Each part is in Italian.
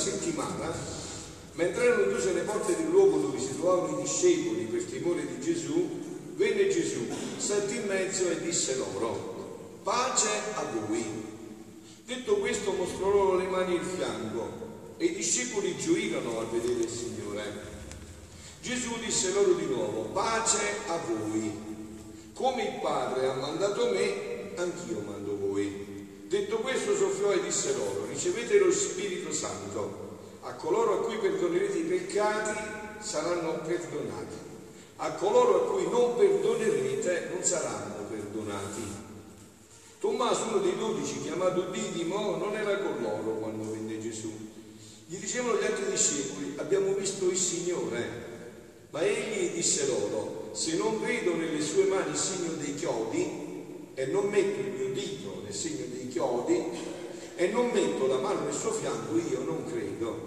settimana, mentre erano chiuse le porte del luogo dove si trovavano i discepoli per timore di Gesù, venne Gesù, saltò in mezzo e disse loro: pace a voi. Detto questo mostrò loro le mani e il fianco, e i discepoli gioirono al vedere il Signore. Gesù disse loro di nuovo: pace a voi. Come il Padre ha mandato me, anch'io mando voi. Detto questo soffiò e disse loro: ricevete lo Spirito Santo. A coloro a cui perdonerete i peccati saranno perdonati, a coloro a cui non perdonerete non saranno perdonati. Tommaso, uno dei 12, chiamato Didimo, non era con loro quando venne Gesù. Gli dicevano gli altri discepoli: abbiamo visto il Signore. Ma egli disse loro: se non vedo nelle sue mani il segno dei chiodi, e non metto il mio dito nel segno dei chiodi, e non metto la mano nel suo fianco, io non credo.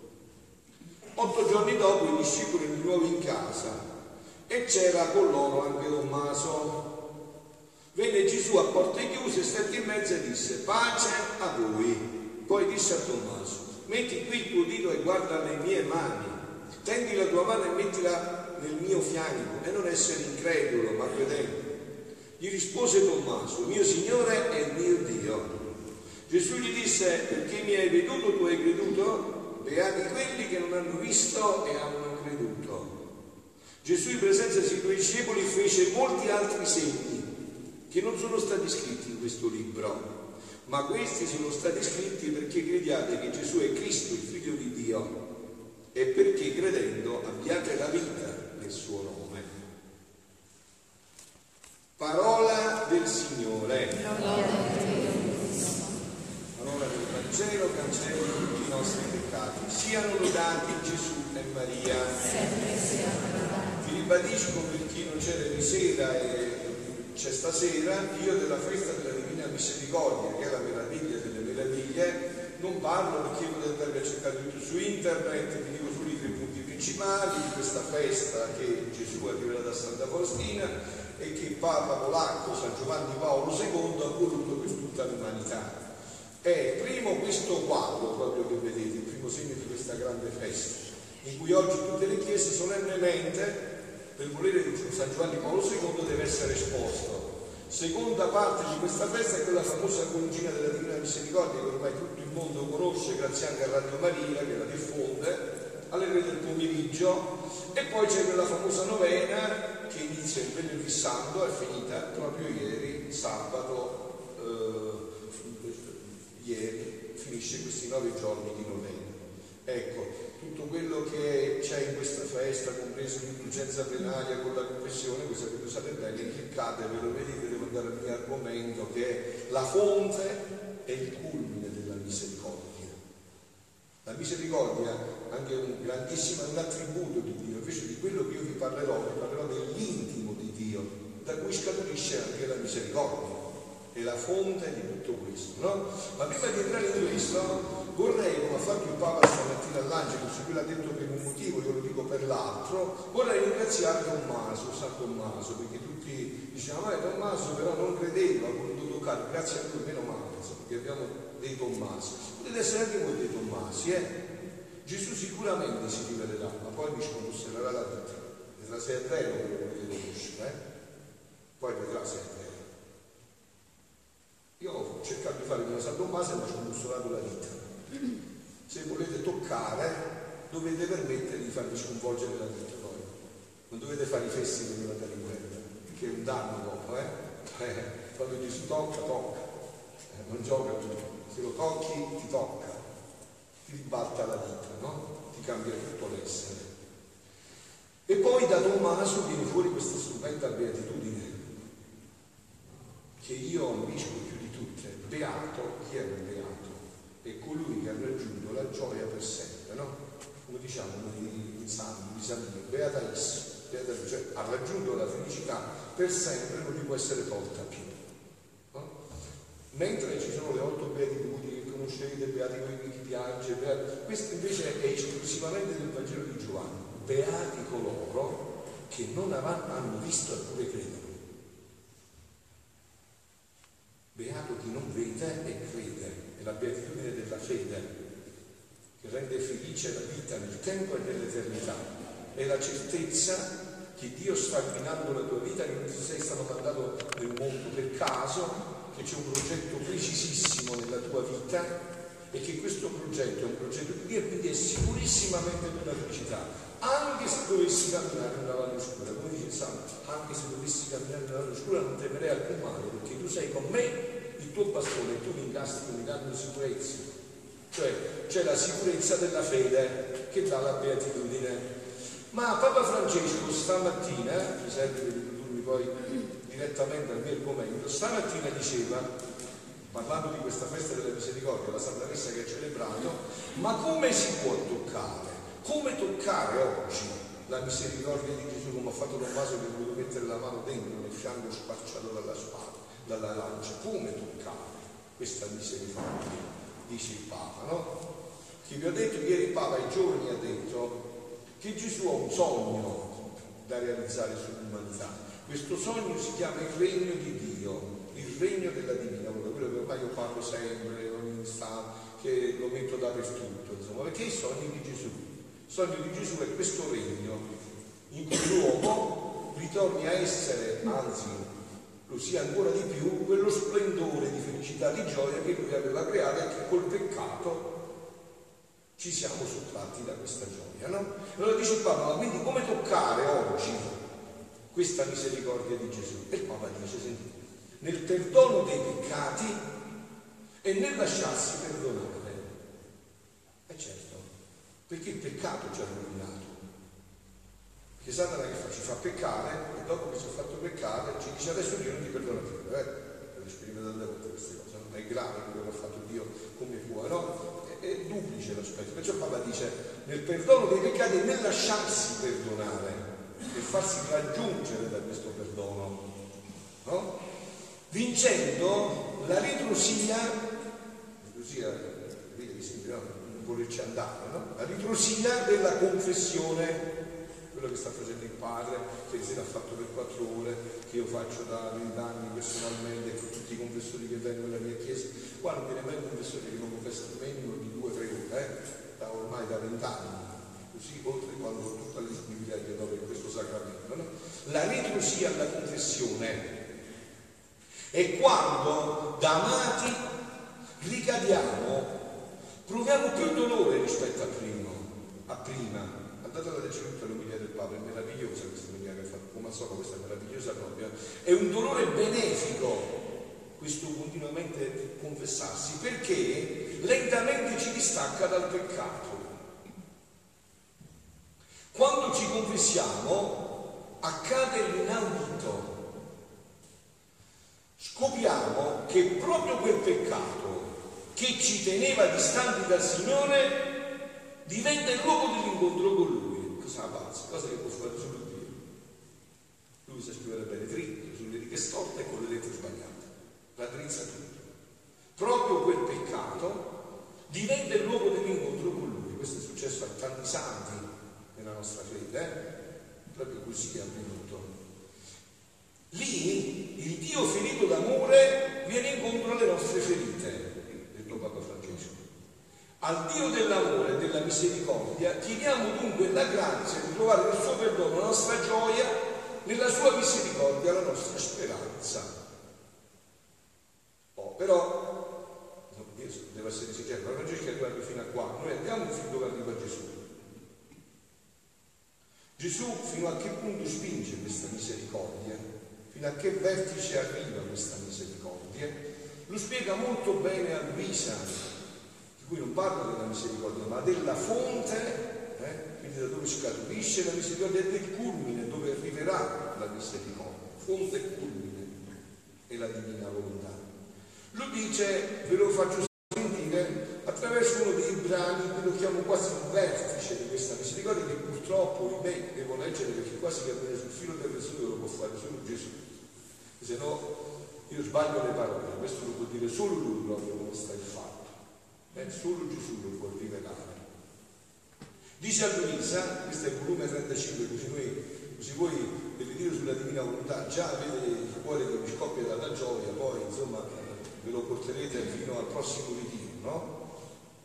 8 giorni dopo i discepoli di nuovo in casa, e c'era con loro anche Tommaso. Venne Gesù a porte chiuse, stette in mezzo e disse: pace a voi. Poi disse a Tommaso: metti qui il tuo dito e guarda le mie mani, tendi la tua mano e mettila nel mio fianco, e non essere incredulo ma credente. Gli rispose Tommaso: mio Signore e il mio Dio. Gesù gli disse: perché mi hai veduto tu hai creduto? Beati quelli che non hanno visto e hanno creduto. Gesù, in presenza dei suoi discepoli, fece molti altri segni che non sono stati scritti in questo libro, ma questi sono stati scritti perché crediate che Gesù è Cristo, il Figlio di Dio, e perché credendo abbiate la vita nel suo nome. Parola del Signore. Parola del Vangelo, cancelli tutti i nostri peccati. Siano lodati Gesù e Maria. Vi ribadisco, per chi non c'era di sera e c'è stasera, io della festa della Divina Misericordia, che è la meraviglia delle meraviglie, non parlo perché potete andare a cercare tutto su internet, vi dico solo i 3 punti principali di questa festa che Gesù arriverà da Santa Faustina e che Papa polacco San Giovanni Paolo II ha voluto per tutta l'umanità. È primo questo quadro proprio che vedete, il primo segno di questa grande festa, in cui oggi tutte le chiese solennemente, per volere di San Giovanni Paolo II, deve essere esposto. Seconda parte di questa festa è quella famosa concina della Divina Misericordia, che ormai tutto il mondo conosce grazie anche a Radio Maria, che la diffonde alle 3 del pomeriggio, e poi c'è quella famosa novena che inizia il venerdì santo, è finita proprio ieri, sabato, ieri, finisce questi 9 giorni di novena. Ecco, tutto quello che c'è in questa festa, compreso l'indulgenza plenaria con la confessione, voi sapete bene, cliccate, ve lo vedete, devo andare al mio argomento, che è la fonte e il culmine della misericordia. La misericordia è anche un grandissimo attributo di Dio, invece di quello che io vi parlerò dell'intimo di Dio, da cui scaturisce anche la misericordia. È la fonte di tutto questo, no? Ma prima di entrare in questo vorrei, come ha fatto il Papa stamattina all'Angelus, lui l'ha detto per un motivo, io lo dico per l'altro, vorrei ringraziare Tommaso, San Tommaso, perché tutti dicevano Tommaso però non credeva, ha voluto toccare, grazie a lui meno male, perché abbiamo dei Tommasi, potete essere anche voi dei Tommasi, Gesù sicuramente si rivelerà, ma poi vi sconsidererà la vita, vedrà se è vero quello che volete conoscere, poi vedrà se è vero. Io ho cercato di fare come San Tommaso e mi ho scombussorato la vita. Se volete toccare, dovete permettere di farvi sconvolgere la vita poi. Non dovete fare i fessi con la guerra, che è un danno dopo, quando Gesù tocca, non gioca tu. Se lo tocchi, ti tocca, ti ribalta la vita, no? Ti cambia tutto l'essere. E poi da Tommaso viene fuori questa stupenda beatitudine, che io ambisco più di tutte. Beato, chi è un beato? È colui che ha raggiunto la gioia per sempre, no? Come diciamo noi in Bisanino, beatissimo, cioè ha raggiunto la felicità per sempre, non gli può essere tolta più, no? Mentre ci sono le 8 beatitudini che conoscete, beati quelli che piange, questo invece è esclusivamente del Vangelo di Giovanni. Beati coloro che non hanno visto eppure credono. Beato chi non vede e crede, è la beatitudine della fede. che rende felice la vita nel tempo e nell'eternità, è la certezza che Dio sta guidando la tua vita, che non ti sei stato mandato nel mondo per caso, che c'è un progetto precisissimo nella tua vita e che questo progetto è un progetto di Dio e quindi è sicurissimamente per la felicità, anche se dovessi camminare nella valle oscura, come dice il Salmo, anche se dovessi camminare nella valle oscura non temerei alcun male, perché tu sei con me, il tuo bastone, e tu mi incastri, mi danno sicurezza, cioè c'è la sicurezza della fede che dà la beatitudine. Ma Papa Francesco stamattina, mi serve per introdurmi poi direttamente al mio argomento, stamattina diceva, parlando di questa festa della misericordia, la Santa Messa che ha celebrato, ma come si può toccare oggi la misericordia di Gesù, come ha fatto Tommaso che ha voluto mettere la mano dentro nel fianco spacciato dalla spada, dalla lancia, come toccare questa misericordia, dice il Papa, no? Che vi ho detto ieri, il Papa ai giovani ha detto che Gesù ha un sogno da realizzare sull'umanità. Questo sogno si chiama il regno di Dio, il regno della divina volontà, quello che ormai io parlo sempre, ogni istante, che lo metto dappertutto, insomma, perché il sogno di Gesù. Il sogno di Gesù è questo regno in cui l'uomo ritorni a essere, anzi lo sia ancora di più, quello splendore di felicità, di gioia che lui aveva creato e che col peccato ci siamo sottratti da questa gioia, no? Allora dice il Papa, quindi come toccare oggi questa misericordia di Gesù? E il Papa dice, sentite, nel perdono dei peccati e nel lasciarsi perdonare. E certo, perché il peccato ci ha rovinato. Perché Satana che fa? Ci fa peccare e dopo che ci ha fatto peccare ci dice adesso Dio non ti perdona più. L'ho sperimentato tante volte queste cose, non è grave quello che ha fatto Dio come può, no? È duplice l'aspetto, perciò Papa dice nel perdono dei peccati e nel lasciarsi perdonare e farsi raggiungere da questo perdono, no? Vincendo la ritrosia, vedi che sembra non volerci andare, no? La ritrosia della confessione, quello che sta facendo il padre, che se l'ha fatto per 4 ore, che io faccio da 20 anni personalmente con tutti i confessori che vengono nella mia chiesa. Qua non viene mai un confessore che non confessa meno di 2 o 3 ore, ormai da 20 anni, così oltre quando ho tutta la disponibilità che do per questo sacramento, no? La ritrosia alla confessione è quando da amati ricadiamo, proviamo più dolore rispetto a prima. Andate a leggere tutta l'umilia del Papa, è meravigliosa questa umilia che ha fatto, come al solito questa è meravigliosa proprio, è un dolore benefico questo continuamente confessarsi, perché lentamente ci distacca dal peccato. Quando ci confessiamo accade l'inaudito, scopriamo che proprio quel peccato che ci teneva distanti dal Signore diventa il luogo dell'incontro con Lui. Cosa pazza, cosa che può fare solo Dio. Lui sa scrivere bene dritto, sulle righe storte e con le lettere sbagliate, raddrizza tutto. Proprio quel peccato diventa il luogo dell'incontro con Lui. Questo è successo a tanti santi nella nostra fede, proprio così è avvenuto. Lì il Dio ferito d'amore viene incontro alle nostre ferite, detto Papa Francesco. Al Dio dell'amore e della misericordia chiediamo dunque la grazia di trovare nel suo perdono la nostra gioia, nella sua misericordia la nostra speranza. Però, io devo essere sincero, Papa Francesco è arrivato fino a qua, noi andiamo fin dove arriva Gesù. Gesù fino a che punto spinge questa misericordia? Fino a che vertice arriva questa misericordia? Lo spiega molto bene a Luisa, di cui non parla della misericordia, ma della fonte, quindi da dove scaturisce la misericordia, e del culmine, dove arriverà la misericordia. Fonte e culmine è la divina volontà. Lo dice, ve lo faccio sentire, attraverso uno dei brani che lo chiamo quasi un vertice di questa misericordia, che purtroppo devo leggere perché quasi cammina sul filo del Gesù, lo può fare solo Gesù, se no io sbaglio le parole. Questo lo può dire solo lui proprio come sta il fatto, solo Gesù lo può rivelare. Dice a Luisa, questo è il volume 35, così voi per ritiro sulla divina volontà già avete il cuore che vi scoppia dalla gioia, poi insomma ve lo porterete fino al prossimo ritiro, no?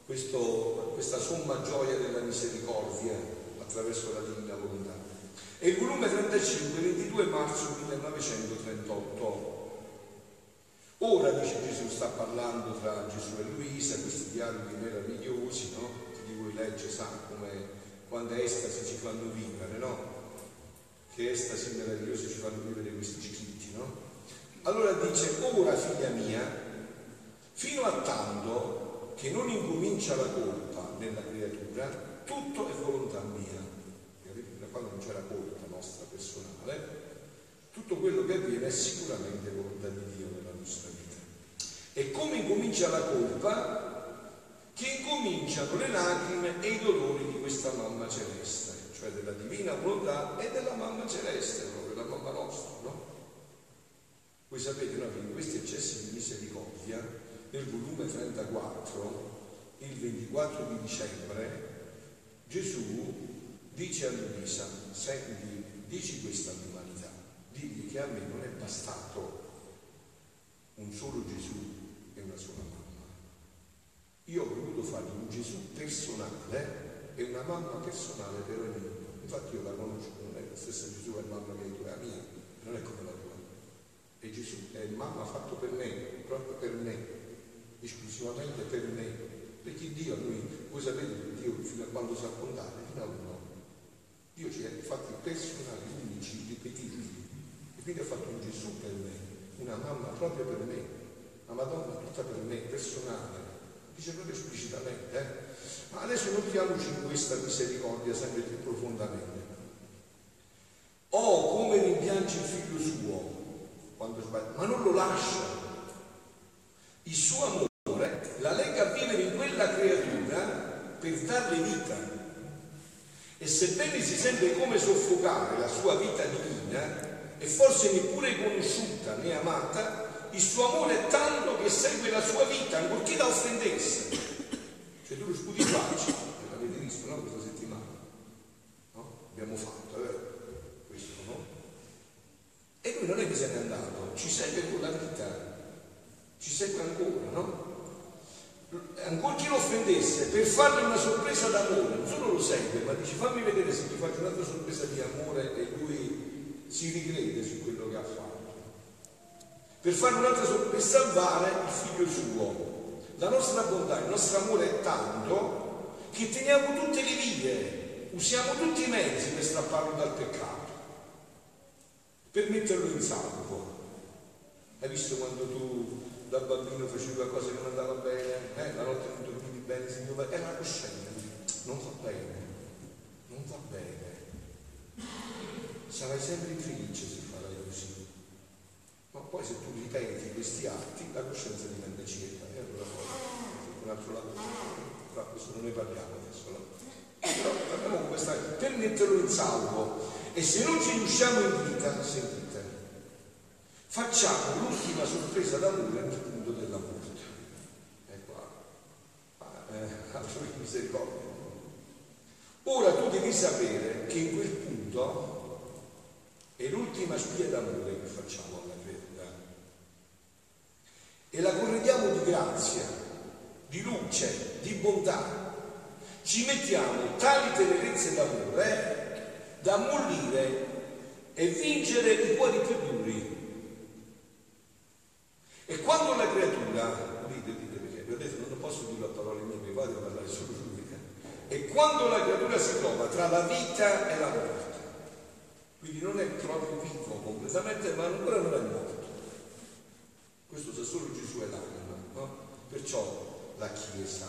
questa somma gioia della misericordia attraverso la divina volontà. È il volume 35, 22 marzo 1938. Ora, dice Gesù, sta parlando tra Gesù e Luisa, questi dialoghi meravigliosi, no? Chi di voi legge sa come quante estasi ci fanno vivere, no? Che estasi meravigliose ci fanno vivere questi scritti, no? Allora dice: ora, figlia mia, fino a tanto che non incomincia la colpa nella creatura, tutto è volontà mia. Da quando non c'è la colpa nostra personale, tutto quello che avviene è sicuramente volontà di Dio nella nostra vita. E come incomincia la colpa? Che incominciano le lacrime e i dolori di questa mamma celeste, cioè della divina volontà e della mamma celeste, proprio la mamma nostra, no? Voi sapete, no, che in questi eccessi di misericordia, nel volume 34, il 24 di dicembre, Gesù dice a Luisa: senti, dici questa all'umanità, digli che a me non è bastato un solo Gesù e una sola mamma. Io ho voluto fare un Gesù personale e una mamma personale per ognuno. Infatti io la conosco, non è la stessa Gesù, è mamma che è la mia, non è come la tua. E Gesù è mamma fatto per me, proprio per me, esclusivamente per me. Perché Dio a noi, voi sapete che Dio fino a quando sa contare, fino a uno. Dio ci ha fatti personali, unici, ripetitivi. E quindi ha fatto un Gesù per me, una mamma proprio per me, una Madonna tutta per me, personale. Dice proprio esplicitamente, Ma adesso nutriamoci in questa misericordia sempre più profondamente. Oh, come rimpiange il figlio suo quando sbaglia, ma non lo lascia. Il suo amore la lega a vivere in quella creatura per darle vita. E sebbene si sente come soffocare la sua vita divina e forse neppure conosciuta né amata, il suo amore è tanto che segue la sua vita ancorché la offendesse. Cioè tu lo sputi faccia, l'avete visto, no? Questa settimana, no? Abbiamo fatto, questo, no? E lui non è che se n'è andato, ci segue con la vita, ci segue ancora, no? Ancorché lo offendesse, per fargli una sorpresa d'amore, non solo lo segue, ma dice: fammi vedere se ti faccio un'altra sorpresa di amore, e lui si ricrede su quello che ha fatto. Per fare un'altra sorpresa, per salvare il figlio suo. La nostra bontà, il nostro amore è tanto che teniamo tutte le vie, usiamo tutti i mezzi per strapparlo dal peccato, per metterlo in salvo. Hai visto quando tu da bambino facevi qualcosa che non andava bene, la notte non dormivi bene, è la coscienza, non va bene, sarai sempre infelice se farai così. Ma poi se tu ripeti questi atti, la coscienza diventa cieca, e allora poi un altro lato, ma questo non ne parliamo adesso, no? Però parliamo questa, per metterlo in salvo. E se non ci riusciamo in vita, sentite, facciamo l'ultima sorpresa d'amore nel punto della morte. Ecco, altro che misericordia. Ora tu devi sapere che in quel punto è l'ultima spia d'amore che facciamo alla creatura. E la corrediamo di grazia, di luce, di bontà. Ci mettiamo tali tenerezze d'amore da ammollire e vincere i cuori più duri. E quando la creatura, dite perché vi ho detto non posso dirlo a parole mie, mi vado a parlare solo lui, e quando la creatura si trova tra la vita e la morte, quindi non è proprio vivo completamente, ma ancora non è morto. Questo sa solo Gesù e l'anima, no? Perciò la Chiesa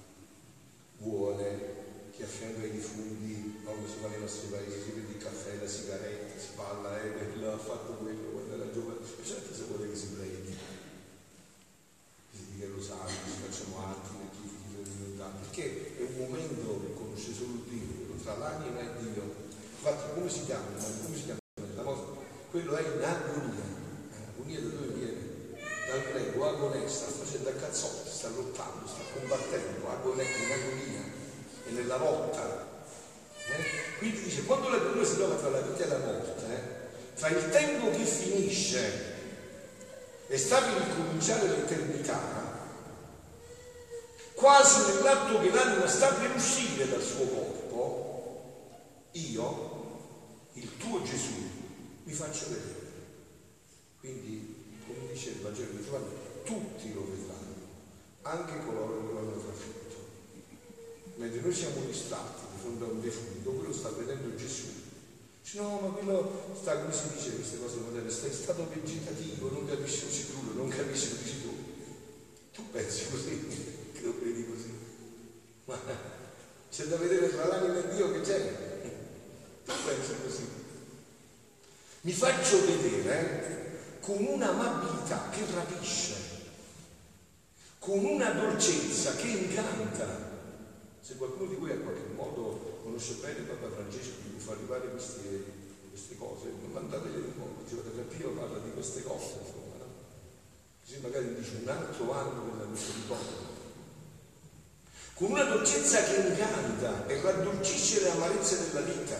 vuole che a fianco ai defunti, quando si va nei nostri paesi, si vede il caffè, la sigaretta, si parla, quello ha fatto quello quando era giovane, certo se vuole che si preghi, che si dica lo santo, si facciano atti, perché è un momento che conosce solo Dio, tra l'anima e Dio. Infatti come si chiama? La morte? Quello è in agonia. Agonia da dove viene? Dal greco agonè, sta facendo a cazzotti, sta lottando, sta combattendo, agonè in agonia, è nella lotta. Quindi dice, quando la creatura si trova tra la vita e la morte, tra il tempo che finisce e sta per ricominciare l'eternità, quasi nell'atto che l'anima sta per uscire dal suo corpo, io, il tuo Gesù, mi faccio vedere. Quindi, come dice il Vangelo di Giovanni, tutti lo vedranno, anche coloro che lo hanno trafitto. Mentre noi siamo distratti di fronte a un defunto, quello sta vedendo Gesù. Dice, no, ma quello sta, come si dice queste cose moderne, sta in stato vegetativo, non capisce un ciclulo, non capisce, lo dici tu. Tu pensi così? Che lo vedi così? Ma c'è da vedere tra l'anima e Dio che c'è. Tu pensi così? Mi faccio vedere con un'amabilità che rapisce, con una dolcezza che incanta. Se qualcuno di voi a qualche modo conosce bene Papa Francesco, gli può far arrivare queste cose, mandatele un po', cioè Pio parla di queste cose, insomma, no? Così magari dice un altro anno della misericordia. Con una dolcezza che incanta e raddolcisce le amarezze della vita,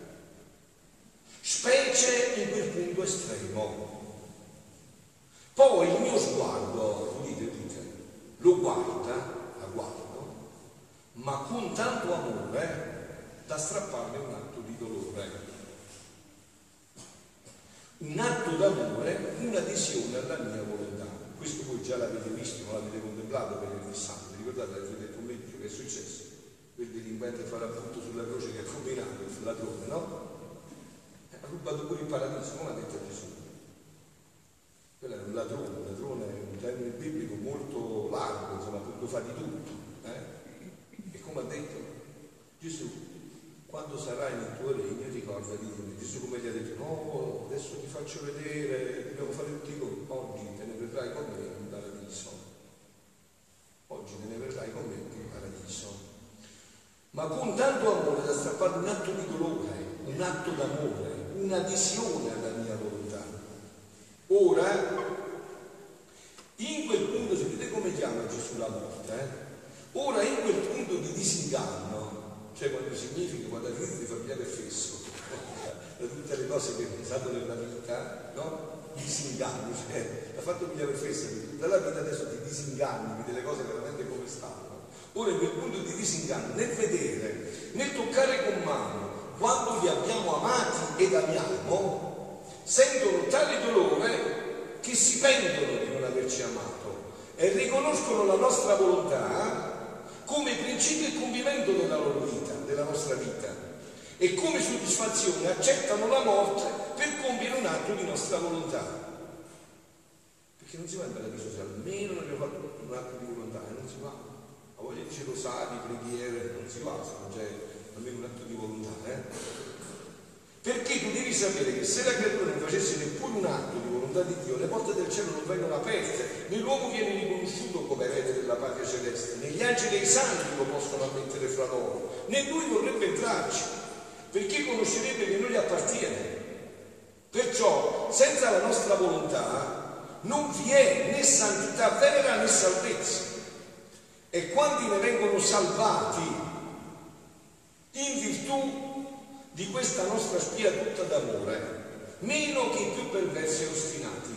specie in quel punto estremo. Poi il mio sguardo, udite, lo guarda, la guardo, ma con tanto amore da strapparne un atto di dolore. Un atto d'amore, un'adesione alla mia volontà. Questo voi già l'avete visto, non l'avete contemplato per il santo. Ricordate, avete detto un momento che è successo? Quel delinquente fa l'appunto sulla croce che ha combinato sul ladrone, no? Ha rubato pure il paradiso, come ha detto Gesù. Quello è un ladrone è un termine biblico molto largo, insomma, appunto fa di tutto. E come ha detto Gesù, quando sarai nel tuo regno ricordati di me. Gesù come gli ha detto, no, adesso ti faccio vedere, dobbiamo fare tutti i conti, oggi te ne verrai con me in paradiso. Oggi te ne verrai con me in paradiso. Ma con tanto amore da strappare un atto di dolore, un atto d'amore, un'adesione alla mia volontà. Ora, in quel punto, sapete come chiama Gesù la morte? Ora in quel punto di disinganno, cioè quando significa, quando arrivi di famiglia del fesso, da tutte le cose che hai pensato nella vita, no? Disinganno, cioè ha fatto pigliare il fesso di tutta la vita, adesso ti disinganni delle cose veramente come stanno. Ora in quel punto di disinganno, nel vedere, nel toccare con mano, quando li abbiamo amati ed amiamo, sentono tale dolore che si pentono di non averci amato e riconoscono la nostra volontà come principio e compimento della loro vita, della nostra vita, e come soddisfazione accettano la morte per compiere un atto di nostra volontà. Perché non si va in paradiso se almeno non abbiamo fatto un atto di volontà, e non si va. A voglia di rosari, preghiere, non si va se non c'è almeno un atto di volontà. Perché tu devi sapere che se la creatura non facesse neppure un atto di volontà di Dio, le porte del cielo non vengono aperte, né l'uomo viene riconosciuto come erede della patria celeste, né gli angeli e i santi lo possono ammettere fra loro, né lui vorrebbe entrarci, perché conoscerebbe che non gli appartiene. Perciò, senza la nostra volontà, non vi è né santità vera né salvezza. E quanti ne vengono salvati in virtù di questa nostra spia tutta d'amore, meno che i più perversi e ostinati.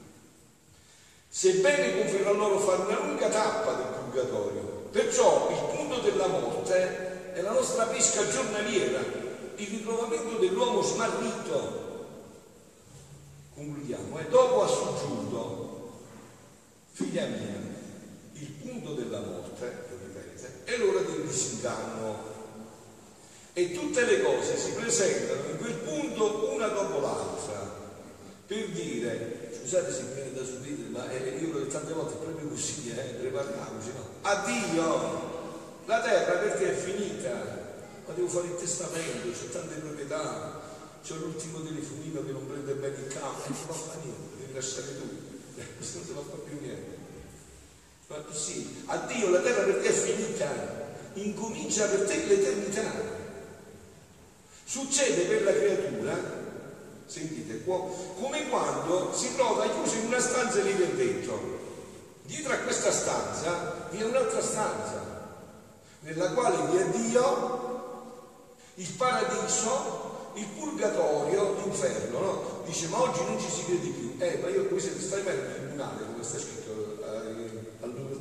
Sebbene conferrà loro fare una lunga tappa del purgatorio, perciò il punto della morte è la nostra pesca giornaliera, il ritrovamento dell'uomo smarrito. Concludiamo, e dopo ha soggiunto, figlia mia, il punto della morte, lo ripete, è l'ora del disinganno. E tutte le cose si presentano in quel punto una dopo l'altra, per dire, scusate se mi viene da sorridere, ma io tante volte proprio così, prepariamoci, no? Addio, la terra per te è finita, ma devo fare il testamento, c'ho tante proprietà, c'ho l'ultimo telefonino che non prende bene il campo, non si fa niente, devi lasciare tu, questo non si fa più niente. Ma sì, addio, la terra per te è finita, incomincia per te l'eternità. Succede per la creatura, sentite, come quando si trova chiuso in una stanza lì per dentro. Dietro a questa stanza vi è un'altra stanza, nella quale vi è Dio, il paradiso, il purgatorio, l'inferno, no? Dice, ma oggi non ci si crede più. Ma io qui se stai mai nel tribunale, come sta scritto al numero del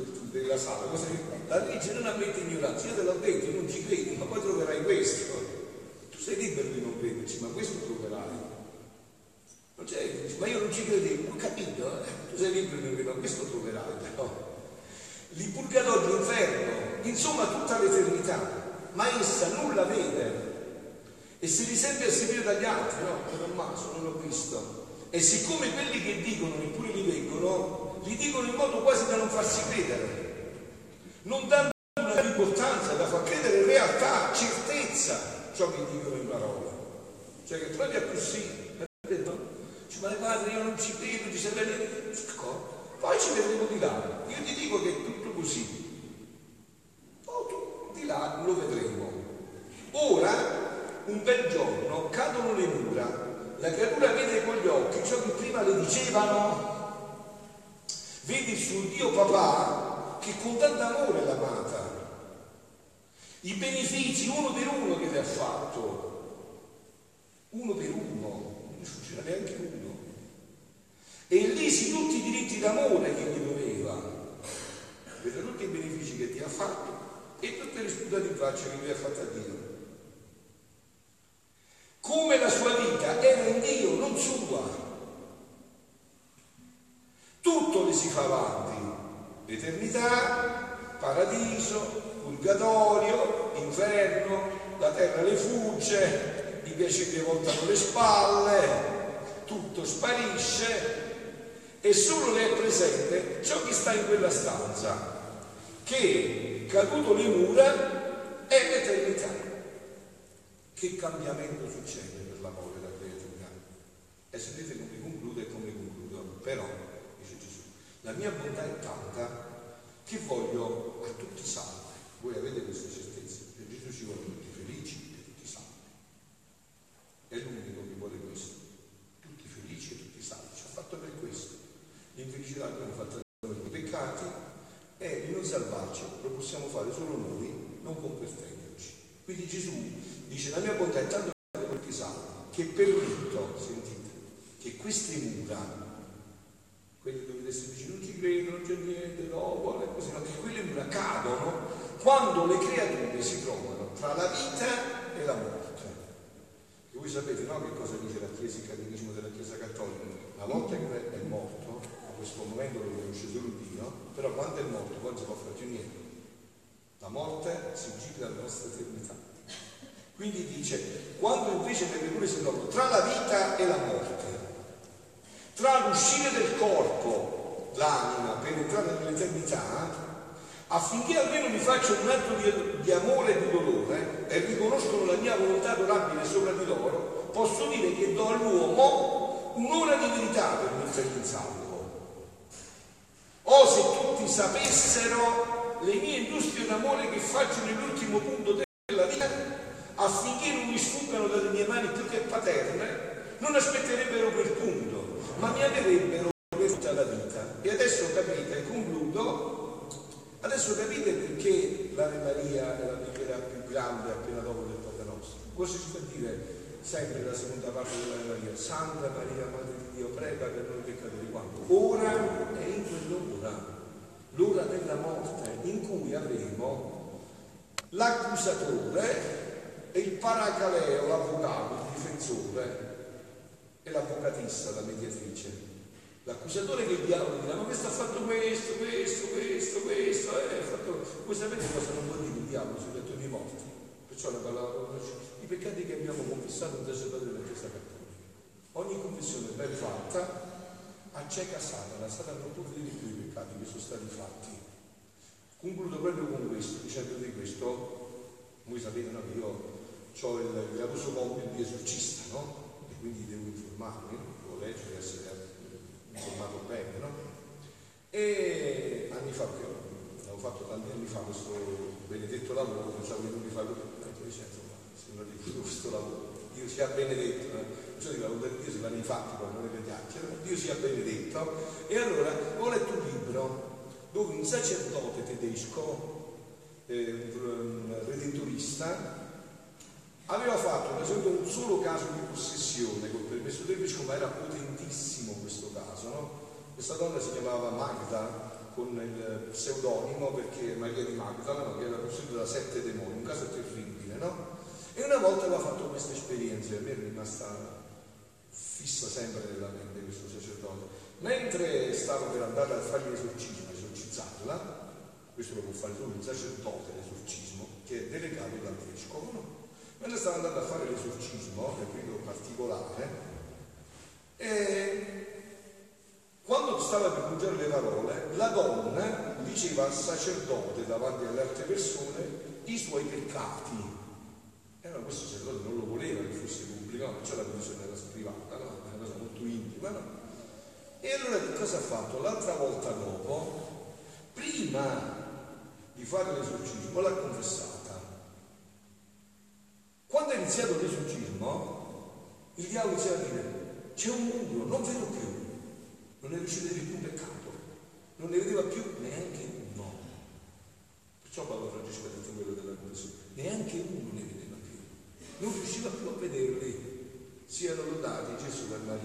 la sala, cosa che la legge non ammette ignoranza, io te l'ho detto, non ci credi, ma poi troverai questo. Tu sei libero di non crederci, ma questo troverai. Non c'è, ma io non ci credevo, ho capito, tu sei libero di non credere, ma questo troverai però. Il purgatorio, l'inferno, insomma tutta l'eternità, ma essa nulla vede e si risente a seguire dagli altri, no? Per un maso, non l'ho visto. E siccome quelli che dicono, eppure li vengono, li dicono in modo quasi da non farsi credere, non dando una importanza da far credere in realtà, certezza, ciò che dicono in parola. Cioè che proprio così, dice, ma padre io non ci credo, ci serve poi ci vedremo di là. Io ti dico che è tutto così. Poi tu di là lo vedremo. Ora, un bel giorno, cadono le mura, la creatura vede con gli occhi ciò che prima le dicevano. Vedi il suo Dio papà che con tanto amore l'ha amata. I benefici uno per uno che le ha fatto. Uno per uno, non c'era neanche uno. E lesi tutti i diritti d'amore che gli doveva, vede tutti i benefici che ti ha fatto e tutte le sputate in faccia che lui ha fatto a Dio. Come la sua vita era in Dio, non sua. Tutto le si fa avanti, eternità, paradiso, purgatorio, inferno, la terra le fugge, i piaceri le voltano le spalle, tutto sparisce. E solo le è presente ciò che sta in quella stanza, che caduto le mura è l'eternità. Che cambiamento succede per l'amore della creatura? E sentite come concludo e come concludo. Però, dice Gesù, la mia bontà è tanta che voglio a tutti salvi. Voi avete questa certezza, che Gesù ci vuole tutti felici e tutti salvi. È l'unico che vuole questo, tutti felici e tutti salvi. Ci ha fatto per questo. L'infelicità che abbiamo fatto noi i peccati e di non salvarci lo possiamo fare solo noi, non convertendoci. Quindi Gesù dice la mia bontà è tanto per tutti salvi che permetto, sentite, che queste mura, quelle dove adesso dice non ci credo, non c'è niente, no, vuole così, no, che quelle mura cadono quando le creature si trovano tra la vita e la morte. E voi sapete, no, che cosa dice la Chiesa, il catechismo della Chiesa Cattolica? La volta che è morto, a questo momento lo conosce solo Dio, però quando è morto poi non si può fare più niente. La morte sigilla la nostra eternità. Quindi dice, quando invece le creature si trovano tra la vita e la morte, tra l'uscire del corpo, l'anima, per entrare nell'eternità, affinché almeno mi facciano un atto di amore e di dolore e riconoscono la mia volontà adorabile sopra di loro, posso dire che do all'uomo un'ora di verità per metterli in salvo. O se tutti sapessero le mie industrie d'amore che faccio nell'ultimo punto della vita, affinché non mi sfuggano dalle mie mani più che paterne, non aspetterebbero quel punto, ma mi amerebbero per tutta la vita. E adesso capite, concludo, adesso capite perché l'Ave Maria è la preghiera più grande appena dopo del Padre nostro. Cosa si può dire sempre la seconda parte dell'Ave Maria? Santa Maria, Madre di Dio, prega per noi peccatori. Quando? Ora è in quell'ora, l'ora della morte, in cui avremo l'accusatore e il paracaleo, l'avvocato, il difensore e l'avvocatessa, la mediatrice. L'accusatore che il diavolo dirà, ma questo ha fatto questo, voi sapete cosa non vuol dire il diavolo sui letto dei morti? Perciò la parola, i peccati che abbiamo confessato in Padre della Chiesa Cattolica. Ogni confessione ben fatta acceca Satana non può vedere più i peccati che sono stati fatti. Concludo proprio con questo, dicendo questo, voi sapete, no, che io ho il gravoso compito di esorcista, no? E quindi devo informarmi, devo leggere, essere informato bene, no? E anni fa, che avevo fatto tanti anni fa questo benedetto lavoro, pensavo di non rifarlo più, sembra di più questo lavoro. Dio sia benedetto, cioè di lavoro di Dio si fa nei fatti, poi non è che chiacchiere, Dio sia benedetto. E allora ho letto un libro dove un sacerdote tedesco, un redentorista, aveva fatto per esempio un solo caso di possessione col permesso del vescovo, ma era potentissimo questo caso, no? Questa donna si chiamava Magda, con il pseudonimo, perché Maria di Magdala, no, che era posseduta da 7 demoni, un caso terribile, no? E una volta aveva fatto questa esperienza, a me è rimasta fissa sempre nella mente questo sacerdote. Mentre stava per andare a fargli l'esorcismo, esorcizzarla, questo lo può fare solo un sacerdote, l'esorcismo, che è delegato dal vescovo, no? Mentre stava andando a fare l'esorcismo, nel periodo particolare, e quando stava per pronunciare le parole, la donna diceva al sacerdote davanti alle altre persone i suoi peccati. E allora questo sacerdote non lo voleva che fosse pubblicato, perciò la commissione era privata, no? È una cosa molto intima, no? E allora che cosa ha fatto? L'altra volta dopo, prima di fare l'esorcismo, l'ha confessata. Quando è iniziato l'esorcismo, il diavolo iniziava a dire: c'è un muro, non vedo più. Non ne riuscite a vedere più un peccato, non ne vedeva più neanche uno. Perciò Papa Francesco ha detto quello della confessione: neanche uno ne vedeva più, non riusciva più a vederli. Siano lodati Gesù e Maria.